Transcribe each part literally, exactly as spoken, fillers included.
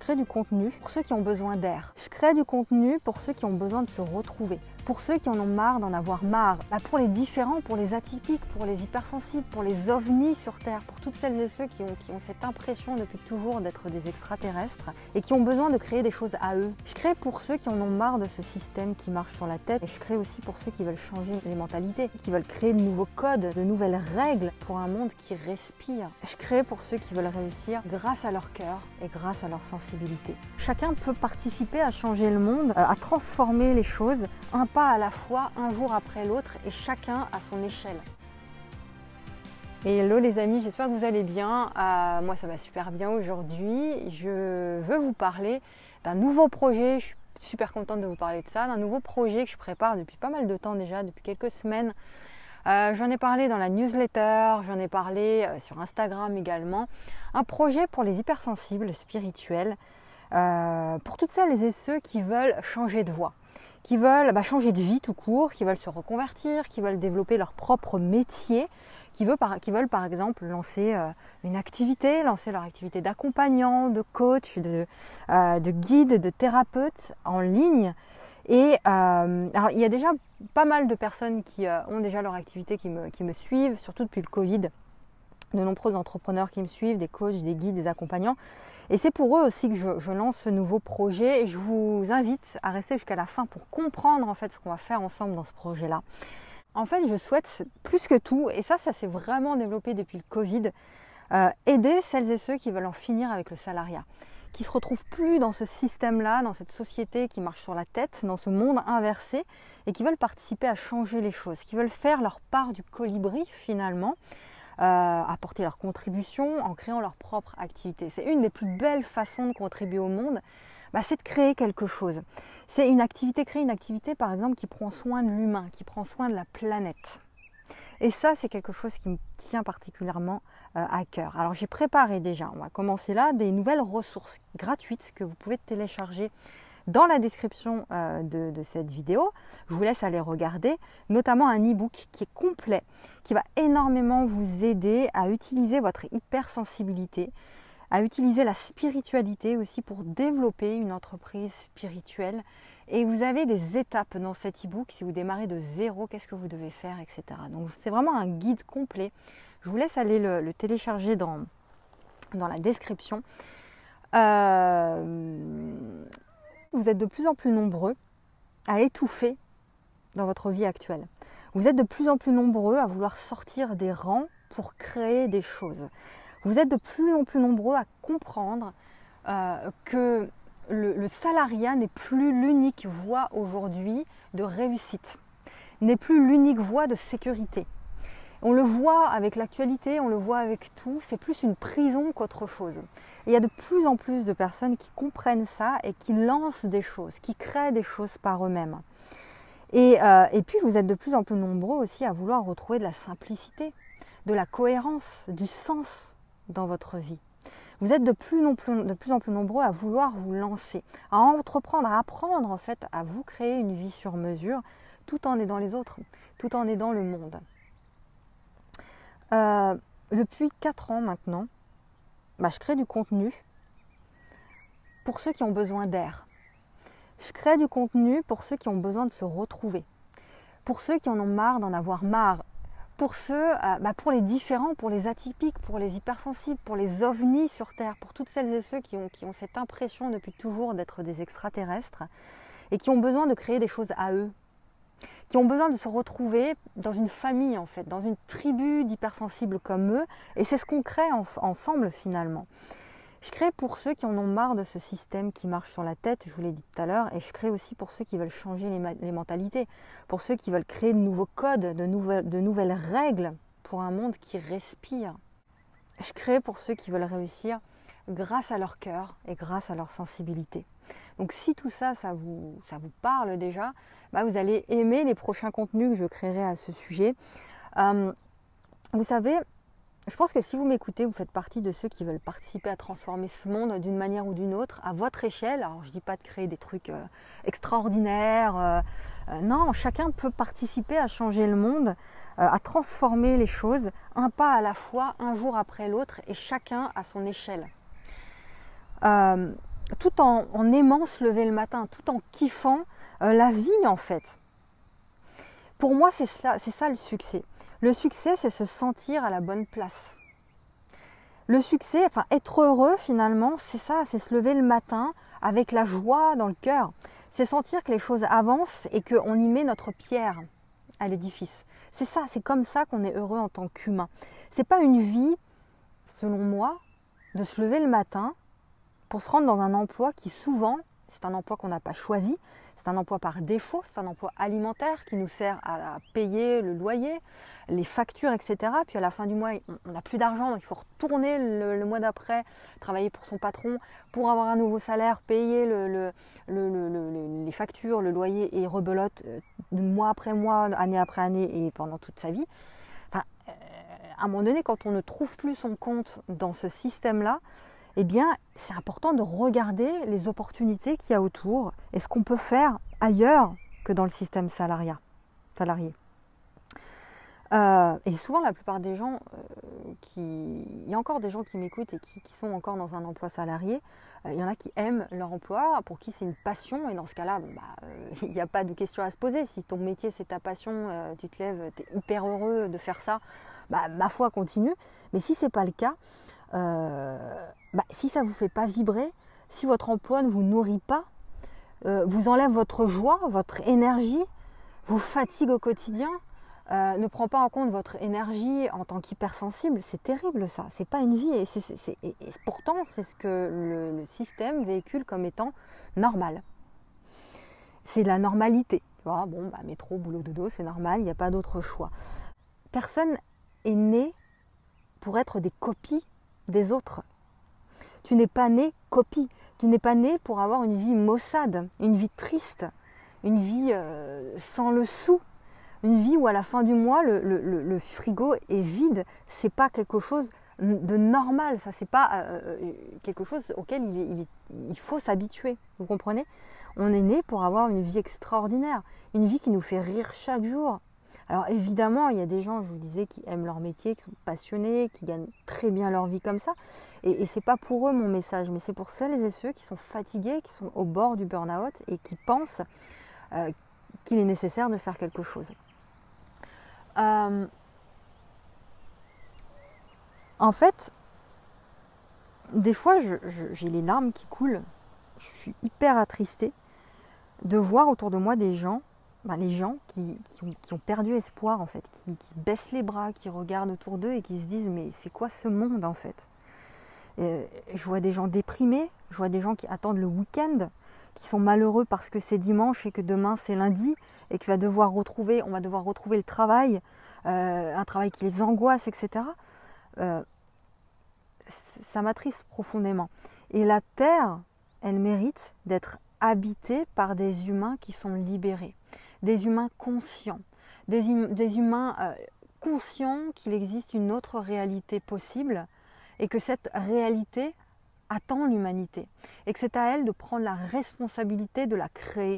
crée du contenu pour ceux qui ont besoin d'air. Je crée du contenu pour ceux qui ont besoin de se retrouver. Pour ceux qui en ont marre d'en avoir marre. Bah pour les différents, pour les atypiques, pour les hypersensibles, pour les ovnis sur Terre, pour toutes celles et ceux qui ont, qui ont cette impression depuis toujours d'être des extraterrestres et qui ont besoin de créer des choses à eux. Je crée pour ceux qui en ont marre de ce système qui marche sur la tête et je crée aussi pour ceux qui veulent changer les mentalités, qui veulent créer de nouveaux codes, de nouvelles règles pour un monde qui respire. Je crée pour ceux qui veulent réussir grâce à leur cœur et grâce à leur sensibilité. Chacun peut participer à changer le monde, à transformer les choses, un pas à la fois, un jour après l'autre et chacun à son échelle. Et hello les amis, j'espère que vous allez bien. Euh, moi ça va super bien aujourd'hui. Je veux vous parler d'un nouveau projet. Je suis super contente de vous parler de ça, d'un nouveau projet que je prépare depuis pas mal de temps déjà, depuis quelques semaines. Euh, j'en ai parlé dans la newsletter, j'en ai parlé euh, sur Instagram également. Un projet pour les hypersensibles spirituels, euh, pour toutes celles et ceux qui veulent changer de voie, qui veulent bah, changer de vie tout court, qui veulent se reconvertir, qui veulent développer leur propre métier, qui veulent par, qui veulent, par exemple lancer euh, une activité, lancer leur activité d'accompagnant, de coach, de, euh, de guide, de thérapeute en ligne. Et euh, alors, il y a déjà pas mal de personnes qui euh, ont déjà leur activité, qui me, qui me suivent, surtout depuis le Covid. De nombreux entrepreneurs qui me suivent, des coachs, des guides, des accompagnants. Et c'est pour eux aussi que je, je lance ce nouveau projet. Et je vous invite à rester jusqu'à la fin pour comprendre en fait ce qu'on va faire ensemble dans ce projet-là. En fait, je souhaite plus que tout, et ça, ça s'est vraiment développé depuis le Covid, euh, aider celles et ceux qui veulent en finir avec le salariat, qui ne se retrouvent plus dans ce système-là, dans cette société qui marche sur la tête, dans ce monde inversé, et qui veulent participer à changer les choses, qui veulent faire leur part du colibri finalement, euh, apporter leur contribution en créant leur propre activité. C'est une des plus belles façons de contribuer au monde, bah, c'est de créer quelque chose. C'est une activité, créer une activité par exemple qui prend soin de l'humain, qui prend soin de la planète. Et ça, c'est quelque chose qui me tient particulièrement euh, à cœur. Alors j'ai préparé déjà, on va commencer là, des nouvelles ressources gratuites que vous pouvez télécharger dans la description euh, de, de cette vidéo. Je vous laisse aller regarder, notamment un e-book qui est complet, qui va énormément vous aider à utiliser votre hypersensibilité, à utiliser la spiritualité aussi pour développer une entreprise spirituelle. Et vous avez des étapes dans cet e-book. Si vous démarrez de zéro, qu'est-ce que vous devez faire, et cetera. Donc c'est vraiment un guide complet. Je vous laisse aller le, le télécharger dans, dans la description. Euh, vous êtes de plus en plus nombreux à étouffer dans votre vie actuelle. Vous êtes de plus en plus nombreux à vouloir sortir des rangs pour créer des choses. Vous êtes de plus en plus nombreux à comprendre euh, que le, le salariat n'est plus l'unique voie aujourd'hui de réussite, n'est plus l'unique voie de sécurité. On le voit avec l'actualité, on le voit avec tout, c'est plus une prison qu'autre chose. Et il y a de plus en plus de personnes qui comprennent ça et qui lancent des choses, qui créent des choses par eux-mêmes. Et, euh, et puis vous êtes de plus en plus nombreux aussi à vouloir retrouver de la simplicité, de la cohérence, du sens dans votre vie. Vous êtes de plus, en plus, de plus en plus nombreux à vouloir vous lancer, à entreprendre, à apprendre en fait à vous créer une vie sur mesure, tout en aidant les autres, tout en aidant le monde. Euh, depuis quatre ans maintenant, bah, je crée du contenu pour ceux qui ont besoin d'air. Je crée du contenu pour ceux qui ont besoin de se retrouver, pour ceux qui en ont marre d'en avoir marre, pour ceux, euh, bah pour les différents, pour les atypiques, pour les hypersensibles, pour les ovnis sur Terre, pour toutes celles et ceux qui ont, qui ont cette impression depuis toujours d'être des extraterrestres et qui ont besoin de créer des choses à eux, qui ont besoin de se retrouver dans une famille en fait, dans une tribu d'hypersensibles comme eux, et c'est ce qu'on crée en, ensemble finalement. Je crée pour ceux qui en ont marre de ce système qui marche sur la tête, je vous l'ai dit tout à l'heure, et je crée aussi pour ceux qui veulent changer les, les mentalités, pour ceux qui veulent créer de nouveaux codes, de nouvelles, de nouvelles règles pour un monde qui respire. Je crée pour ceux qui veulent réussir grâce à leur cœur et grâce à leur sensibilité. Donc si tout ça, ça vous, ça vous parle déjà, bah vous allez aimer les prochains contenus que je créerai à ce sujet. Euh, vous savez, je pense que si vous m'écoutez, vous faites partie de ceux qui veulent participer à transformer ce monde d'une manière ou d'une autre, à votre échelle. Alors je ne dis pas de créer des trucs euh, extraordinaires. Euh, euh, non, chacun peut participer à changer le monde, euh, à transformer les choses, un pas à la fois, un jour après l'autre, et chacun à son échelle. Euh, tout en, en aimant se lever le matin, tout en kiffant euh, la vie en fait. Pour moi, c'est ça, c'est ça le succès. Le succès, c'est se sentir à la bonne place. Le succès, enfin être heureux finalement, c'est ça, c'est se lever le matin avec la joie dans le cœur. C'est sentir que les choses avancent et qu'on y met notre pierre à l'édifice. C'est ça, c'est comme ça qu'on est heureux en tant qu'humain. C'est pas une vie, selon moi, de se lever le matin pour se rendre dans un emploi qui souvent, c'est un emploi qu'on n'a pas choisi, c'est un emploi par défaut, c'est un emploi alimentaire qui nous sert à payer le loyer, les factures, et cetera. Puis à la fin du mois, on n'a plus d'argent, donc il faut retourner le, le mois d'après, travailler pour son patron, pour avoir un nouveau salaire, payer le, le, le, le, le, les factures, le loyer et rebelote mois après mois, année après année et pendant toute sa vie. Enfin, euh, à un moment donné, quand on ne trouve plus son compte dans ce système-là, eh bien, c'est important de regarder les opportunités qu'il y a autour et ce qu'on peut faire ailleurs que dans le système salariat, salarié. Euh, et souvent, la plupart des gens, euh, qui... il y a encore des gens qui m'écoutent et qui, qui sont encore dans un emploi salarié. Euh, il y en a qui aiment leur emploi, pour qui c'est une passion. Et dans ce cas-là, bon, bah, euh, il n'y a pas de question à se poser. Si ton métier, c'est ta passion, euh, tu te lèves, tu es hyper heureux de faire ça, bah, ma foi, continue. Mais si ce n'est pas le cas, Euh, bah, si ça ne vous fait pas vibrer, si votre emploi ne vous nourrit pas, euh, vous enlève votre joie, votre énergie, vous fatigue au quotidien, euh, ne prend pas en compte votre énergie en tant qu'hypersensible, c'est terrible ça, c'est pas une vie et, c'est, c'est, c'est, et pourtant c'est ce que le, le système véhicule comme étant normal. C'est la normalité, tu vois, bon bah métro, boulot, dodo, c'est normal, il n'y a pas d'autre choix. Personne est né pour être des copies des autres. Tu n'es pas né copie, tu n'es pas né pour avoir une vie maussade, une vie triste, une vie euh, sans le sou, une vie où à la fin du mois le, le, le frigo est vide. C'est pas quelque chose de normal, ça c'est pas euh, quelque chose auquel il, est, il, est, il faut s'habituer, vous comprenez? On est né pour avoir une vie extraordinaire, une vie qui nous fait rire chaque jour. Alors évidemment, il y a des gens, je vous disais, qui aiment leur métier, qui sont passionnés, qui gagnent très bien leur vie comme ça. Et, et ce n'est pas pour eux mon message, mais c'est pour celles et ceux qui sont fatigués, qui sont au bord du burn-out et qui pensent euh, qu'il est nécessaire de faire quelque chose. Euh, en fait, des fois, je, je, j'ai les larmes qui coulent. Je suis hyper attristée de voir autour de moi des gens Ben, les gens qui, qui, ont, qui ont perdu espoir en fait, qui, qui baissent les bras, qui regardent autour d'eux et qui se disent mais c'est quoi ce monde en fait? Et je vois des gens déprimés, je vois des gens qui attendent le week-end, qui sont malheureux parce que c'est dimanche et que demain c'est lundi et qu'on va devoir retrouver, on va devoir retrouver le travail, euh, un travail qui les angoisse, et cetera. Euh, ça m'attriste profondément. Et la Terre, elle mérite d'être habitée par des humains qui sont libérés. Des humains conscients, des, hum, des humains euh, conscients qu'il existe une autre réalité possible et que cette réalité attend l'humanité et que c'est à elle de prendre la responsabilité de la créer.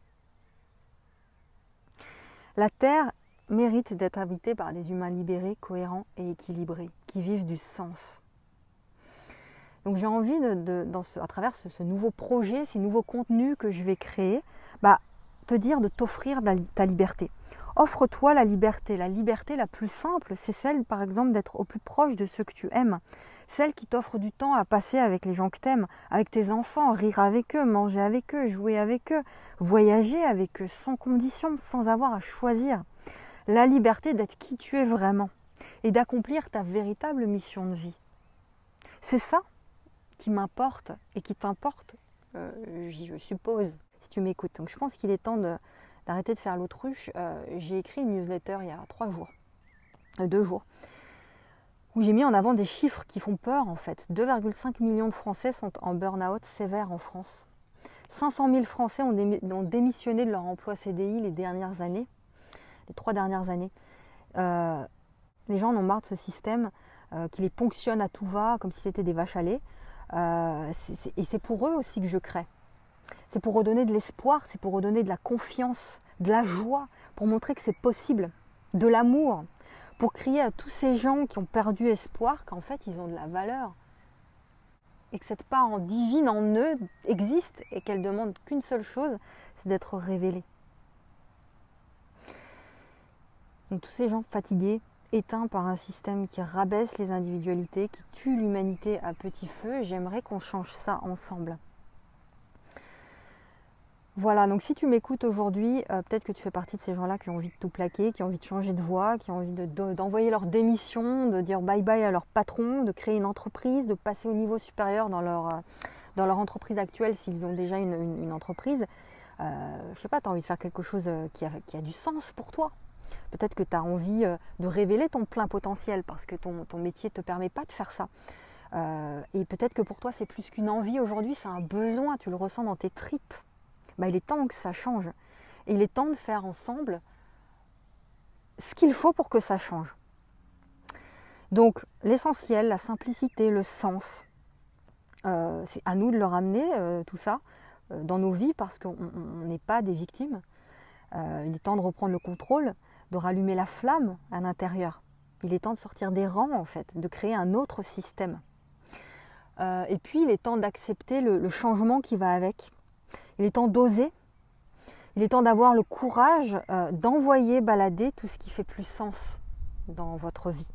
La Terre mérite d'être habitée par des humains libérés, cohérents et équilibrés, qui vivent du sens. Donc j'ai envie, de, de, dans ce, à travers ce, ce nouveau projet, ces nouveaux contenus que je vais créer, bah, te dire de t'offrir ta liberté. Offre-toi la liberté. La liberté la plus simple, c'est celle, par exemple, d'être au plus proche de ceux que tu aimes. Celle qui t'offre du temps à passer avec les gens que tu aimes, avec tes enfants, rire avec eux, manger avec eux, jouer avec eux, voyager avec eux, sans condition, sans avoir à choisir. La liberté d'être qui tu es vraiment et d'accomplir ta véritable mission de vie. C'est ça qui m'importe et qui t'importe, euh, je suppose, si tu m'écoutes. Donc je pense qu'il est temps de, d'arrêter de faire l'autruche. Euh, j'ai écrit une newsletter il y a trois jours, euh, deux jours, où j'ai mis en avant des chiffres qui font peur en fait. deux virgule cinq millions de Français sont en burn-out sévère en France. cinq cent mille Français ont, démi- ont démissionné de leur emploi C D I les dernières années, les trois dernières années. Euh, les gens en ont marre de ce système euh, qui les ponctionne à tout va, comme si c'était des vaches à lait. Euh, c'est, c'est, et c'est pour eux aussi que je crée. C'est pour redonner de l'espoir, c'est pour redonner de la confiance, de la joie, pour montrer que c'est possible, de l'amour, pour crier à tous ces gens qui ont perdu espoir qu'en fait ils ont de la valeur et que cette part en divine en eux existe et qu'elle demande qu'une seule chose, c'est d'être révélée. Donc tous ces gens fatigués, éteints par un système qui rabaisse les individualités, qui tue l'humanité à petit feu, j'aimerais qu'on change ça ensemble. Voilà, donc si tu m'écoutes aujourd'hui, euh, peut-être que tu fais partie de ces gens-là qui ont envie de tout plaquer, qui ont envie de changer de voie, qui ont envie de, de, d'envoyer leur démission, de dire bye bye à leur patron, de créer une entreprise, de passer au niveau supérieur dans leur, euh, dans leur entreprise actuelle s'ils ont déjà une, une, une entreprise. Euh, je sais pas, tu as envie de faire quelque chose qui a, qui a du sens pour toi. Peut-être que tu as envie euh, de révéler ton plein potentiel parce que ton, ton métier ne te permet pas de faire ça. Euh, et peut-être que pour toi, c'est plus qu'une envie aujourd'hui, c'est un besoin, tu le ressens dans tes tripes. Bah, il est temps que ça change. Et il est temps de faire ensemble ce qu'il faut pour que ça change. Donc l'essentiel, la simplicité, le sens, euh, c'est à nous de le ramener, euh, tout ça, euh, dans nos vies parce qu'on n'est pas des victimes. Euh, il est temps de reprendre le contrôle, de rallumer la flamme à l'intérieur. Il est temps de sortir des rangs en fait, de créer un autre système. Euh, et puis il est temps d'accepter le, le changement qui va avec. Il est temps d'oser, il est temps d'avoir le courage euh, d'envoyer balader tout ce qui fait plus sens dans votre vie.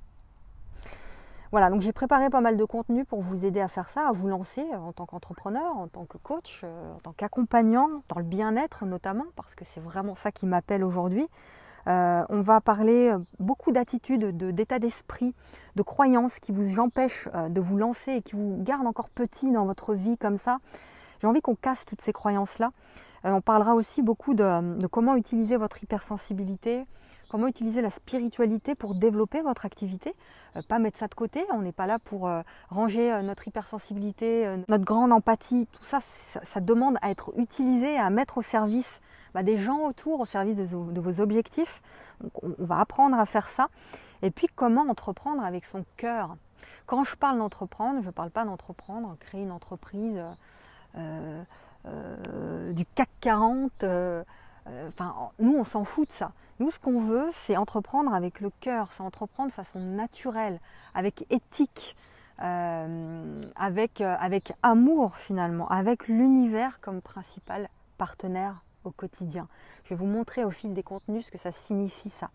Voilà, donc j'ai préparé pas mal de contenu pour vous aider à faire ça, à vous lancer en tant qu'entrepreneur, en tant que coach, euh, en tant qu'accompagnant, dans le bien-être notamment, parce que c'est vraiment ça qui m'appelle aujourd'hui. Euh, on va parler beaucoup d'attitudes, de, d'état d'esprit, de croyances qui vous empêchent euh, de vous lancer et qui vous gardent encore petit dans votre vie comme ça. J'ai envie qu'on casse toutes ces croyances-là. Euh, on parlera aussi beaucoup de, de comment utiliser votre hypersensibilité, comment utiliser la spiritualité pour développer votre activité. Euh, pas mettre ça de côté, on n'est pas là pour euh, ranger euh, notre hypersensibilité, euh, notre grande empathie. Tout ça, ça, ça demande à être utilisé, à mettre au service bah, des gens autour, au service de, de vos objectifs. Donc, on, on va apprendre à faire ça. Et puis comment entreprendre avec son cœur. Quand je parle d'entreprendre, je ne parle pas d'entreprendre, créer une entreprise... Euh, Euh, euh, du C A C quarante, euh, euh, enfin, nous on s'en fout de ça. Nous ce qu'on veut c'est entreprendre avec le cœur, c'est entreprendre de façon naturelle, avec éthique, euh, avec, euh, avec amour finalement, avec l'univers comme principal partenaire au quotidien. Je vais vous montrer au fil des contenus ce que ça signifie ça.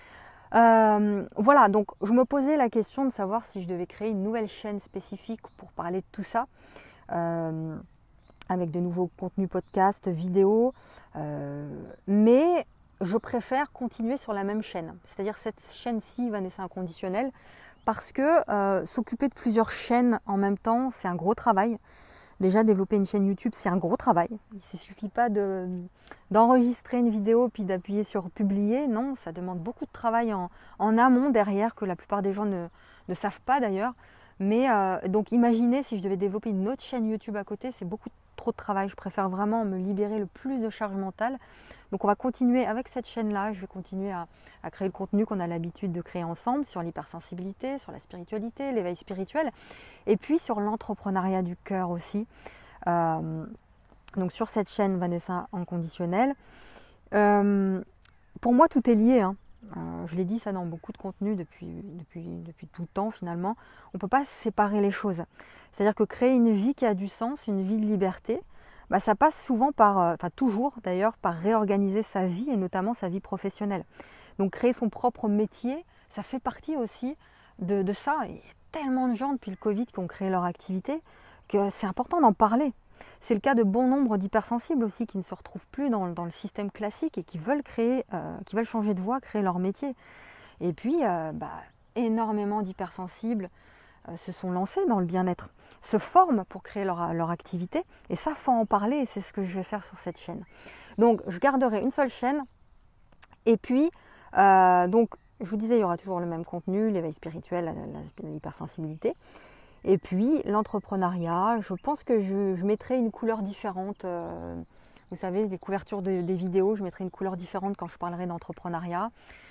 Euh, voilà, donc je me posais la question de savoir si je devais créer une nouvelle chaîne spécifique pour parler de tout ça. Euh, avec de nouveaux contenus podcasts, vidéos, euh, mais je préfère continuer sur la même chaîne. C'est-à-dire cette chaîne-ci, Vanessa Inconditionnelle, parce que euh, s'occuper de plusieurs chaînes en même temps, c'est un gros travail. Déjà, développer une chaîne YouTube, c'est un gros travail. Il ne suffit pas de, d'enregistrer une vidéo puis d'appuyer sur publier. Non, ça demande beaucoup de travail en, en amont derrière que la plupart des gens ne, ne savent pas d'ailleurs. Mais euh, donc imaginez si je devais développer une autre chaîne YouTube à côté, c'est beaucoup trop de travail. Je préfère vraiment me libérer le plus de charge mentale. Donc on va continuer avec cette chaîne-là. Je vais continuer à, à créer le contenu qu'on a l'habitude de créer ensemble sur l'hypersensibilité, sur la spiritualité, l'éveil spirituel. Et puis sur l'entrepreneuriat du cœur aussi. Euh, donc sur cette chaîne Vanessa Inconditionnelle. Euh, pour moi tout est lié, hein. Euh, je l'ai dit ça dans beaucoup de contenus depuis, depuis, depuis tout le temps finalement, on ne peut pas séparer les choses. C'est-à-dire que créer une vie qui a du sens, une vie de liberté, bah, ça passe souvent par, euh, enfin toujours d'ailleurs, par réorganiser sa vie et notamment sa vie professionnelle. Donc créer son propre métier, ça fait partie aussi de, de ça. Il y a tellement de gens depuis le Covid qui ont créé leur activité que c'est important d'en parler. C'est le cas de bon nombre d'hypersensibles aussi qui ne se retrouvent plus dans, dans le système classique et qui veulent créer, euh, qui veulent changer de voie, créer leur métier. Et puis, euh, bah, énormément d'hypersensibles euh, se sont lancés dans le bien-être, se forment pour créer leur, leur activité. Et ça, faut en parler et c'est ce que je vais faire sur cette chaîne. Donc, je garderai une seule chaîne. Et puis, euh, donc, je vous disais, il y aura toujours le même contenu, l'éveil spirituel, l'hypersensibilité. Et puis l'entrepreneuriat, je pense que je, je mettrai une couleur différente. Euh, vous savez, les couvertures de, des vidéos, je mettrai une couleur différente quand je parlerai d'entrepreneuriat.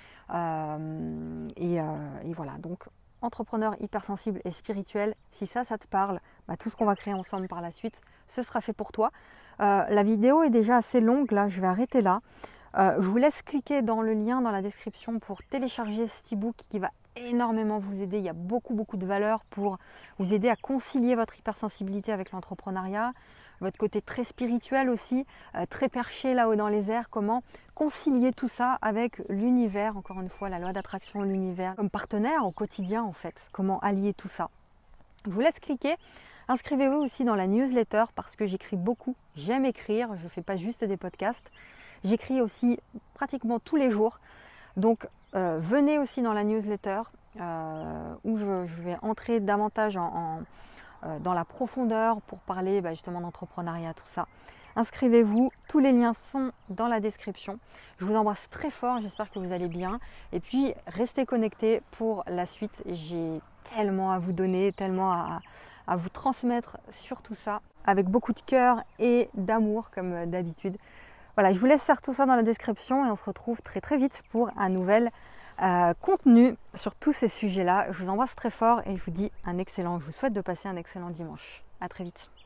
Euh, et, euh, et voilà, donc entrepreneur hypersensible et spirituel, si ça, ça te parle, bah, tout ce qu'on va créer ensemble par la suite, ce sera fait pour toi. Euh, la vidéo est déjà assez longue, là, je vais arrêter là. Euh, je vous laisse cliquer dans le lien dans la description pour télécharger cet e-book qui va énormément vous aider. Il y a beaucoup, beaucoup de valeur pour vous aider à concilier votre hypersensibilité avec l'entrepreneuriat, votre côté très spirituel aussi, euh, très perché là-haut dans les airs. Comment concilier tout ça avec l'univers, encore une fois, la loi d'attraction, l'univers, comme partenaire au quotidien en fait. Comment allier tout ça. Je vous laisse cliquer. Inscrivez-vous aussi dans la newsletter parce que j'écris beaucoup. J'aime écrire, je ne fais pas juste des podcasts. J'écris aussi pratiquement tous les jours. Donc euh, venez aussi dans la newsletter euh, où je, je vais entrer davantage en, en, euh, dans la profondeur pour parler bah, justement d'entrepreneuriat, tout ça. Inscrivez-vous, tous les liens sont dans la description. Je vous embrasse très fort, j'espère que vous allez bien. Et puis restez connectés pour la suite. J'ai tellement à vous donner, tellement à, à vous transmettre sur tout ça, avec beaucoup de cœur et d'amour comme d'habitude. Voilà, je vous laisse faire tout ça dans la description et on se retrouve très très vite pour un nouvel euh, contenu sur tous ces sujets-là. Je vous embrasse très fort et je vous dis un excellent, je vous souhaite de passer un excellent dimanche. À très vite.